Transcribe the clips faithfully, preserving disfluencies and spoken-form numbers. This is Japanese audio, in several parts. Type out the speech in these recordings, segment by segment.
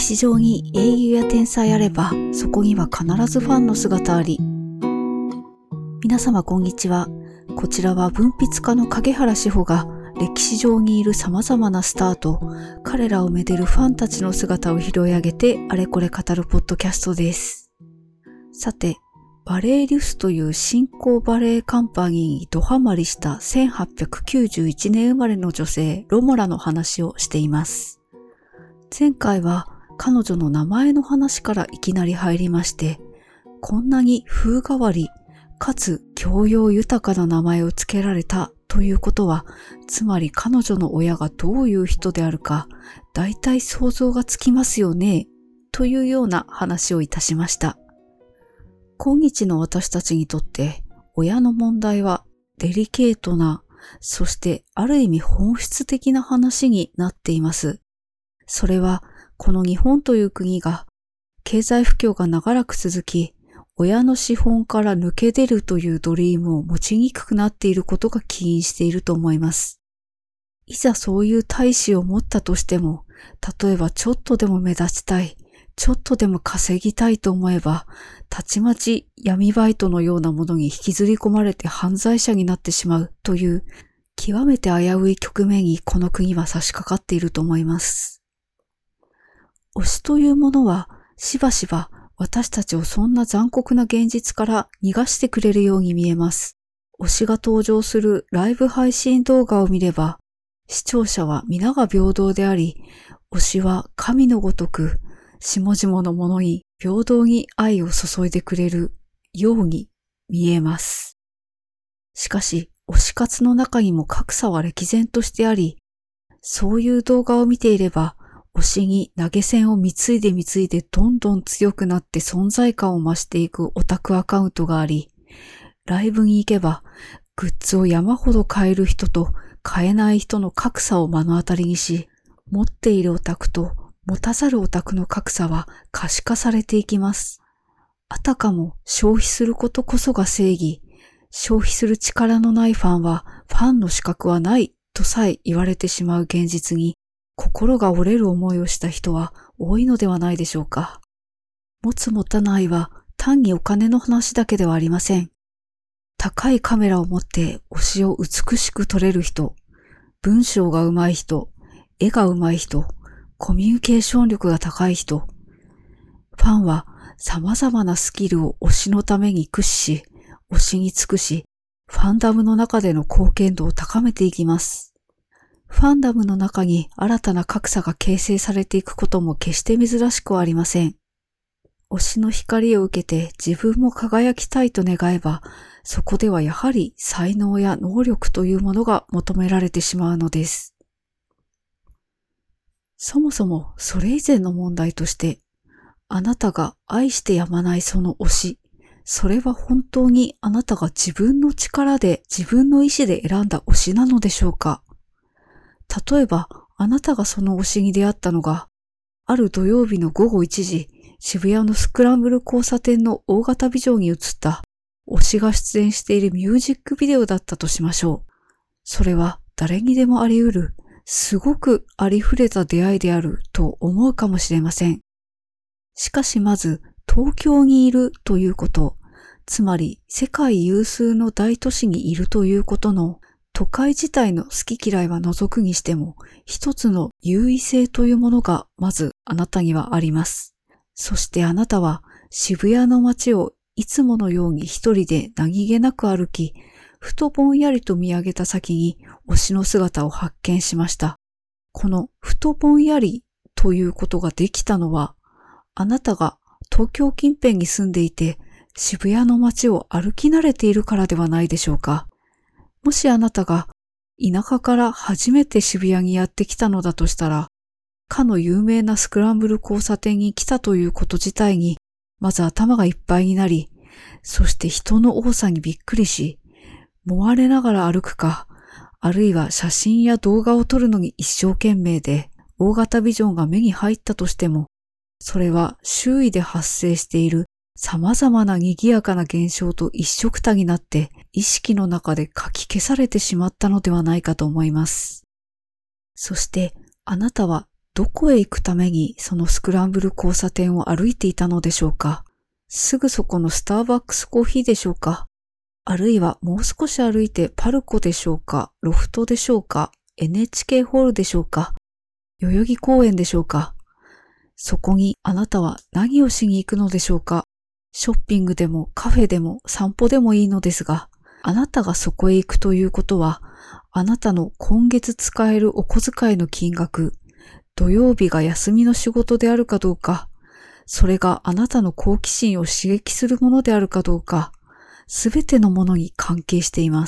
史上に英雄や天才あれば、そこには必ずファンの姿あり。皆様こんにちは。こちらは文筆家の影原志保が歴史上にいる様々なスターと彼らをめでるファンたちの姿を拾い上げてあれこれ語るポッドキャストです。さて、バレエリュスという新興バレエカンパニーにドハマりしたせんはっぴゃくきゅうじゅういちねん生まれの女性ロモラの話をしています。前回は彼女の名前の話からいきなり入りまして、こんなに風変わりかつ教養豊かな名前を付けられたということは、つまり彼女の親がどういう人であるか大体想像がつきますよねというような話をいたしました。今日の私たちにとって親の問題はデリケートな、そしてある意味本質的な話になっています。それはこの日本という国が経済不況が長らく続き、親の資本から抜け出るというドリームを持ちにくくなっていることが起因していると思います。いざそういう大志を持ったとしても、例えばちょっとでも目立ちたい、ちょっとでも稼ぎたいと思えば、たちまち闇バイトのようなものに引きずり込まれて犯罪者になってしまうという極めて危うい局面にこの国は差し掛かっていると思います。推しというものはしばしば私たちをそんな残酷な現実から逃がしてくれるように見えます。推しが登場するライブ配信動画を見れば、視聴者は皆が平等であり、推しは神のごとく、下々の者に平等に愛を注いでくれるように見えます。しかし、推し活の中にも格差は歴然としてあり、そういう動画を見ていれば、推しに投げ銭を貢いで貢いでどんどん強くなって存在感を増していくオタクアカウントがあり、ライブに行けばグッズを山ほど買える人と買えない人の格差を目の当たりにし、持っているオタクと持たざるオタクの格差は可視化されていきます。あたかも消費することこそが正義、消費する力のないファンはファンの資格はないとさえ言われてしまう現実に、心が折れる思いをした人は多いのではないでしょうか。持つ持たないは単にお金の話だけではありません。高いカメラを持って推しを美しく撮れる人、文章が上手い人、絵が上手い人、コミュニケーション力が高い人。ファンは様々なスキルを推しのために駆使し、推しに尽くし、ファンダムの中での貢献度を高めていきます。ファンダムの中に新たな格差が形成されていくことも決して珍しくはありません。推しの光を受けて自分も輝きたいと願えば、そこではやはり才能や能力というものが求められてしまうのです。そもそもそれ以前の問題として、あなたが愛してやまないその推し、それは本当にあなたが自分の力で自分の意志で選んだ推しなのでしょうか。例えば、あなたがその推しに出会ったのが、ある土曜日のごごいちじ、渋谷のスクランブル交差点の大型ビジョンに映った推しが出演しているミュージックビデオだったとしましょう。それは誰にでもあり得る、すごくありふれた出会いであると思うかもしれません。しかしまず、東京にいるということ、つまり世界有数の大都市にいるということの、都会自体の好き嫌いは除くにしても、一つの優位性というものがまずあなたにはあります。そしてあなたは渋谷の街をいつものように一人で何気なく歩き、ふとぼんやりと見上げた先に推しの姿を発見しました。このふとぼんやりということができたのは、あなたが東京近辺に住んでいて渋谷の街を歩き慣れているからではないでしょうか。もしあなたが田舎から初めて渋谷にやってきたのだとしたら、かの有名なスクランブル交差点に来たということ自体に、まず頭がいっぱいになり、そして人の多さにびっくりし、もわれながら歩くか、あるいは写真や動画を撮るのに一生懸命で、大型ビジョンが目に入ったとしても、それは周囲で発生している様々な賑やかな現象と一緒くたになって意識の中でかき消されてしまったのではないかと思います。そしてあなたはどこへ行くためにそのスクランブル交差点を歩いていたのでしょうか。すぐそこのスターバックスコーヒーでしょうか。あるいはもう少し歩いてパルコでしょうか、ロフトでしょうか、エヌエイチケー ホールでしょうか、代々木公園でしょうか。そこにあなたは何をしに行くのでしょうか。ショッピングでもカフェでも散歩でもいいのですが、あなたがそこへ行くということは、あなたの今月使えるお小遣いの金額、土曜日が休みの仕事であるかどうか、それがあなたの好奇心を刺激するものであるかどうか、すべてのものに関係しています。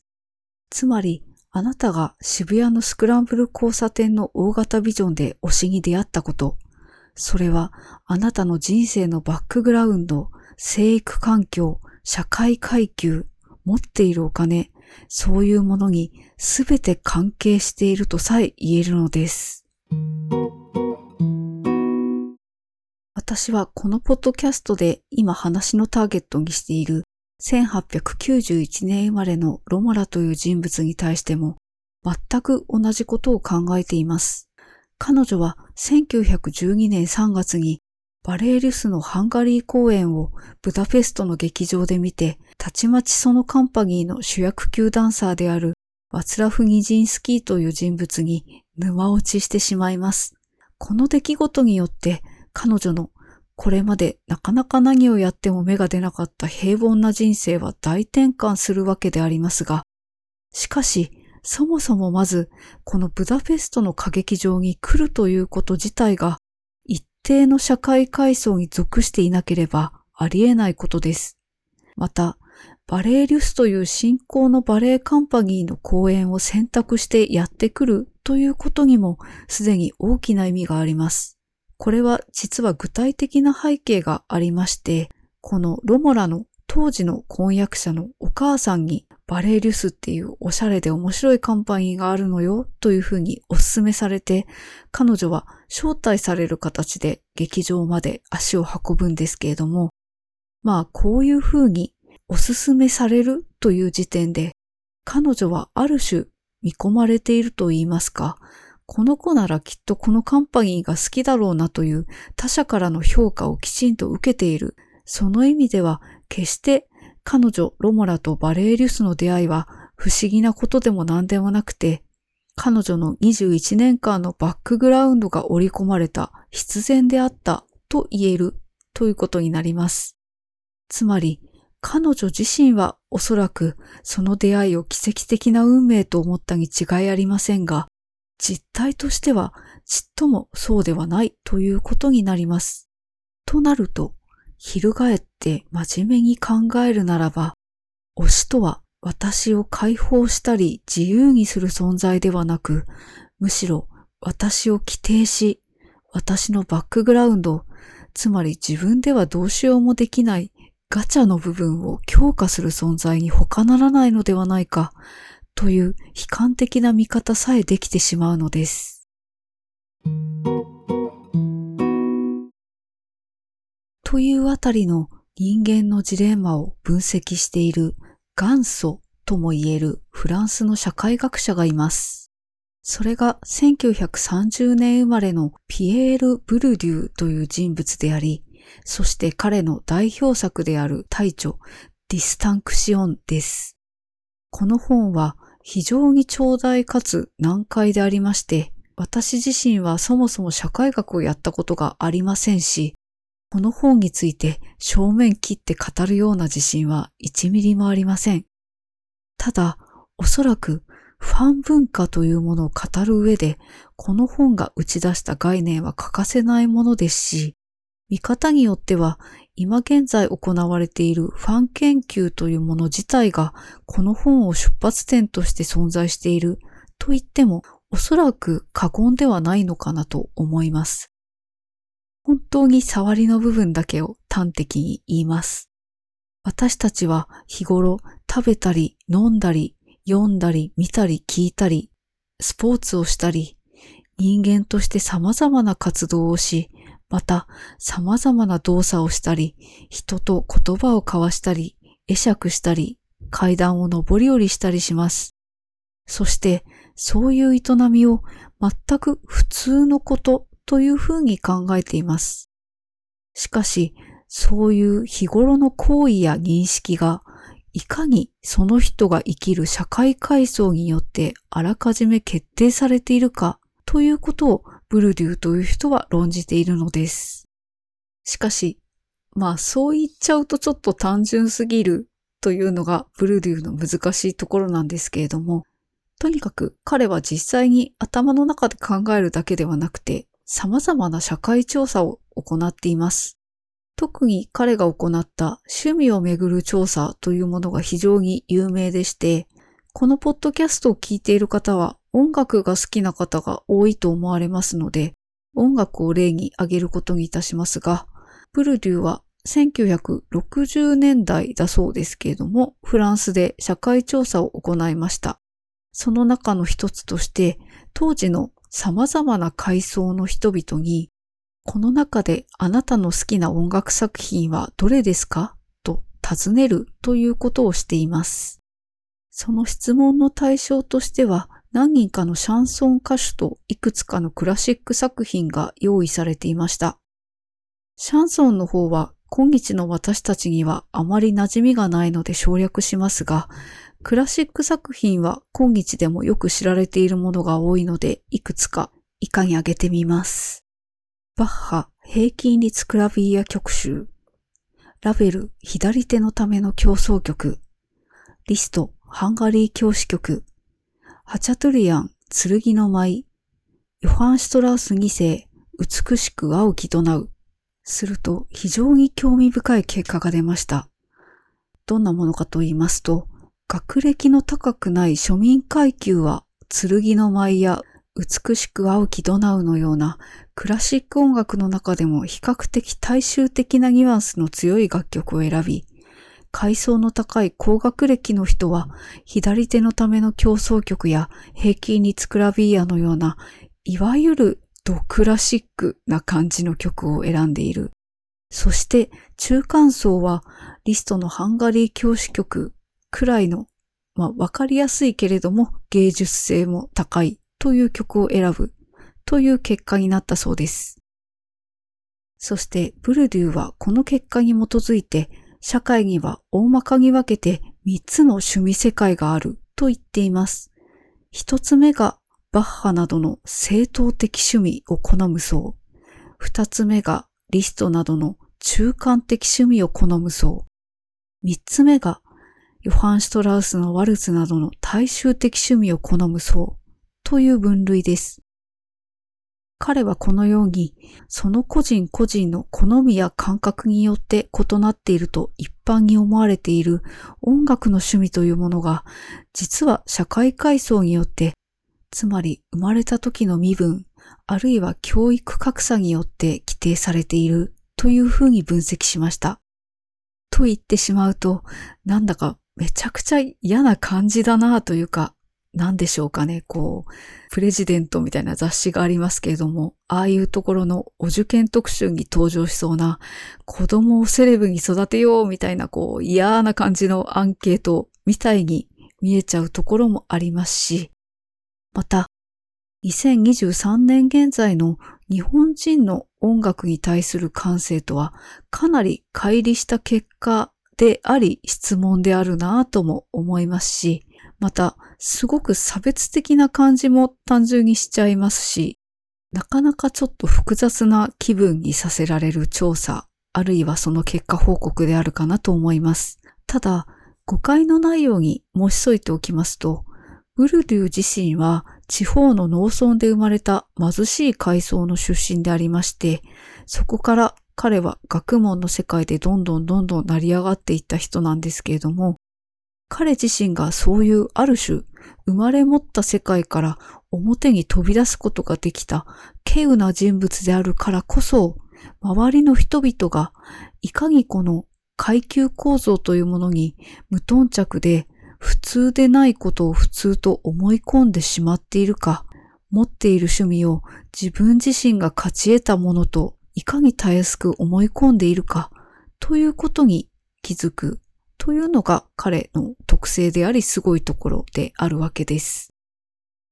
つまり、あなたが渋谷のスクランブル交差点の大型ビジョンで推しに出会ったこと、それはあなたの人生のバックグラウンド、生育環境、社会階級、持っているお金、そういうものにすべて関係しているとさえ言えるのです。私はこのポッドキャストで今話のターゲットにしているせんはっぴゃくきゅうじゅういちねん生まれのロモラという人物に対しても全く同じことを考えています。彼女はせんきゅうひゃくじゅうにねんさんがつにバレエリュスのハンガリー公演をブダペストの劇場で見て、たちまちそのカンパニーの主役級ダンサーであるワツラフ・ニジンスキーという人物に沼落ちしてしまいます。この出来事によって彼女のこれまでなかなか何をやっても芽が出なかった平凡な人生は大転換するわけでありますが、しかしそもそもまずこのブダペストの歌劇場に来るということ自体が一定の社会階層に属していなければありえないことです。また、バレエリュスという新興のバレエカンパニーの公演を選択してやってくるということにもすでに大きな意味があります。これは実は具体的な背景がありまして、このロモラの当時の婚約者のお母さんにバレエリュスっていうおしゃれで面白いカンパニーがあるのよというふうにお勧めされて、彼女は招待される形で劇場まで足を運ぶんですけれども、まあこういうふうにお勧めされるという時点で、彼女はある種見込まれていると言いますか、この子ならきっとこのカンパニーが好きだろうなという他者からの評価をきちんと受けている。その意味では決して彼女ロモラとバレエリュスの出会いは不思議なことでも何でもなくて、彼女のにじゅういちねんかんのバックグラウンドが織り込まれた必然であったと言えるということになります。つまり彼女自身はおそらくその出会いを奇跡的な運命と思ったに違いありませんが、実態としてはちっともそうではないということになります。となると、翻って真面目に考えるならば、推しとは私を解放したり自由にする存在ではなく、むしろ私を規定し、私のバックグラウンド、つまり自分ではどうしようもできないガチャの部分を強化する存在に他ならないのではないか、という悲観的な見方さえできてしまうのです。というあたりの人間のジレンマを分析している元祖とも言えるフランスの社会学者がいます。それがせんきゅうひゃくさんじゅうねん生まれのピエール・ブルデューという人物であり、そして彼の代表作である大著ディスタンクシオンです。この本は非常に長大かつ難解でありまして、私自身はそもそも社会学をやったことがありませんし、この本について正面切って語るような自信はいちミリもありません。ただ、おそらくファン文化というものを語る上で、この本が打ち出した概念は欠かせないものですし、見方によっては今現在行われているファン研究というもの自体がこの本を出発点として存在していると言ってもおそらく過言ではないのかなと思います。本当に触りの部分だけを端的に言います。私たちは日頃食べたり飲んだり読んだり見たり聞いたりスポーツをしたり人間として様々な活動をし、また様々な動作をしたり、人と言葉を交わしたり、会釈したり、階段を上り下りしたりします。そしてそういう営みを全く普通のことというふうに考えています。しかし、そういう日頃の行為や認識が、いかにその人が生きる社会階層によってあらかじめ決定されているかということをブルデューという人は論じているのです。しかし、まあそう言っちゃうとちょっと単純すぎるというのがブルデューの難しいところなんですけれども、とにかく彼は実際に頭の中で考えるだけではなくて、様々な社会調査を行っています。特に彼が行った趣味をめぐる調査というものが非常に有名でして、このポッドキャストを聞いている方は音楽が好きな方が多いと思われますので、音楽を例に挙げることにいたしますが、ブルデューはせんきゅうひゃくろくじゅうねんだいだそうですけれども、フランスで社会調査を行いました。その中の一つとして、当時の様々な階層の人々に、この中であなたの好きな音楽作品はどれですかと尋ねるということをしています。その質問の対象としては、何人かのシャンソン歌手といくつかのクラシック作品が用意されていました。シャンソンの方は今日の私たちにはあまり馴染みがないので省略しますが、クラシック作品は今日でもよく知られているものが多いので、いくつか以下に挙げてみます。バッハ平均律クラビーア曲集、ラヴェル左手のための協奏曲、リストハンガリー教師曲、ハチャトゥリアン剣の舞、ヨハン・シュトラウスにせい美しく青き唱う。すると非常に興味深い結果が出ました。どんなものかと言いますと、学歴の高くない庶民階級は剣の舞や美しく青きドナウのようなクラシック音楽の中でも比較的大衆的なニュアンスの強い楽曲を選び、階層の高い高学歴の人は左手のための協奏曲や平均律クラビーアのようないわゆるドクラシックな感じの曲を選んでいる。そして中間層はリストのハンガリー教師曲くらいの、まあ、わかりやすいけれども芸術性も高いという曲を選ぶという結果になったそうです。そしてブルデューはこの結果に基づいて社会には大まかに分けてみっつの趣味世界があると言っています。一つ目がバッハなどの正統的趣味を好む層。二つ目がリストなどの中間的趣味を好む層。三つ目がヨハン・シュトラウスのワルツなどの大衆的趣味を好む層という分類です。彼はこのように、その個人個人の好みや感覚によって異なっていると一般に思われている音楽の趣味というものが、実は社会階層によって、つまり生まれた時の身分、あるいは教育格差によって規定されているというふうに分析しました。と言ってしまうと、なんだかめちゃくちゃ嫌な感じだなというか、なんでしょうかね、こう、プレジデントみたいな雑誌がありますけれども、ああいうところのお受験特集に登場しそうな、子供をセレブに育てようみたいな、こう、嫌な感じのアンケートみたいに見えちゃうところもありますし、また、にせんにじゅうさんねん現在の日本人の音楽に対する感性とはかなり乖離した結果であり質問であるなぁとも思いますし、またすごく差別的な感じも単純にしちゃいますし、なかなかちょっと複雑な気分にさせられる調査、あるいはその結果報告であるかなと思います。ただ、誤解のないように申し添えておきますと、ブルデュー自身は地方の農村で生まれた貧しい階層の出身でありまして、そこから彼は学問の世界でどんどんどんどん成り上がっていった人なんですけれども、彼自身がそういうある種生まれ持った世界から表に飛び出すことができた稀有な人物であるからこそ、周りの人々がいかにこの階級構造というものに無頓着で普通でないことを普通と思い込んでしまっているか、持っている趣味を自分自身が勝ち得たものといかにたやすく思い込んでいるかということに気づくというのが彼の特性でありすごいところであるわけです。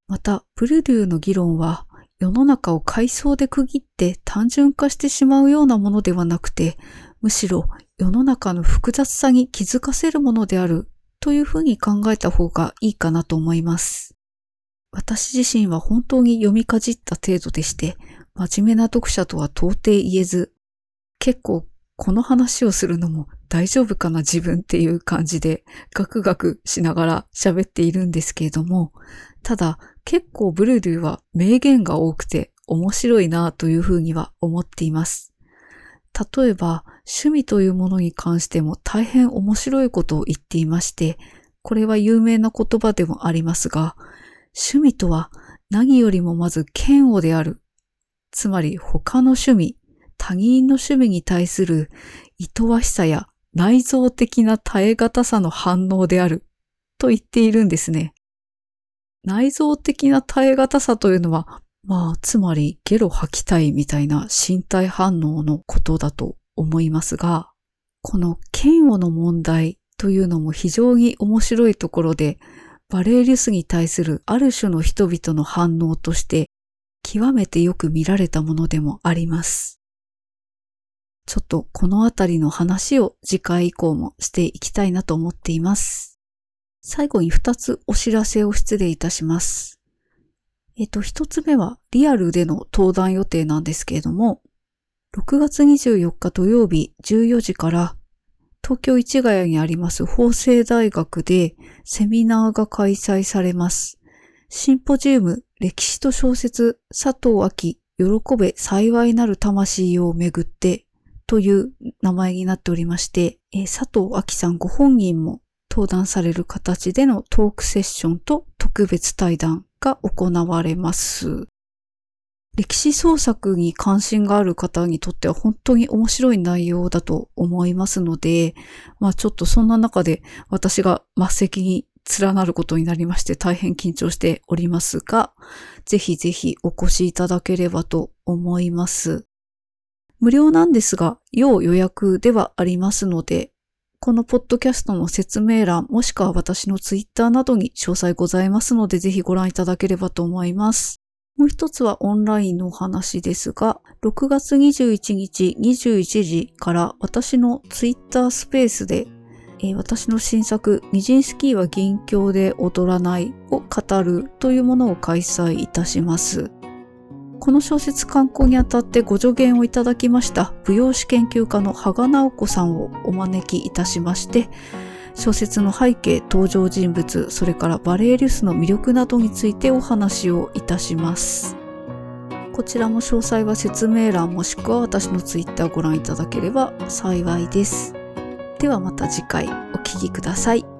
また、ブルデューの議論は、世の中を階層で区切って単純化してしまうようなものではなくて、むしろ世の中の複雑さに気づかせるものであるというふうに考えた方がいいかなと思います。私自身は本当に読みかじった程度でして、真面目な読者とは到底言えず、結構この話をするのも大丈夫かな自分っていう感じでガクガクしながら喋っているんですけれども、ただ結構ブルデューは名言が多くて面白いなというふうには思っています。例えば趣味というものに関しても大変面白いことを言っていまして、これは有名な言葉でもありますが、趣味とは何よりもまず嫌悪である。つまり他の趣味、他人の趣味に対する厭わしさや内臓的な耐え難さの反応であると言っているんですね。内臓的な耐え難さというのは、まあつまりゲロ吐きたいみたいな身体反応のことだと思いますが、この嫌悪の問題というのも非常に面白いところで、バレーリュスに対するある種の人々の反応として極めてよく見られたものでもあります。ちょっとこのあたりの話を次回以降もしていきたいなと思っています。最後にふたつお知らせを失礼いたします。えっと、ひとつめはリアルでの登壇予定なんですけれども、ろくがつにじゅうよっか土曜日じゅうよじから東京市ヶ谷にあります法政大学でセミナーが開催されます。シンポジウム歴史と小説佐藤亜希喜べ幸いなる魂をめぐってという名前になっておりまして、佐藤亜希さんご本人も登壇される形でのトークセッションと特別対談が行われます。歴史創作に関心がある方にとっては本当に面白い内容だと思いますので、まあちょっとそんな中で私が末席に連なることになりまして大変緊張しておりますが、ぜひぜひお越しいただければと思います。無料なんですが、要予約ではありますので、このポッドキャストの説明欄もしくは私のツイッターなどに詳細ございますのでぜひご覧いただければと思います。もう一つはオンラインのお話ですが、ろくがつにじゅういちにちにじゅういちじから私のツイッタースペースで、えー、私の新作ニジンスキーは銀鏡で踊らないを語るというものを開催いたします。この小説刊行にあたってご助言をいただきました舞踊史研究家の羽賀直子さんをお招きいたしまして、小説の背景、登場人物、それからバレーリュスの魅力などについてお話をいたします。こちらも詳細は説明欄もしくは私のツイッターをご覧いただければ幸いです。ではまた次回お聞きください。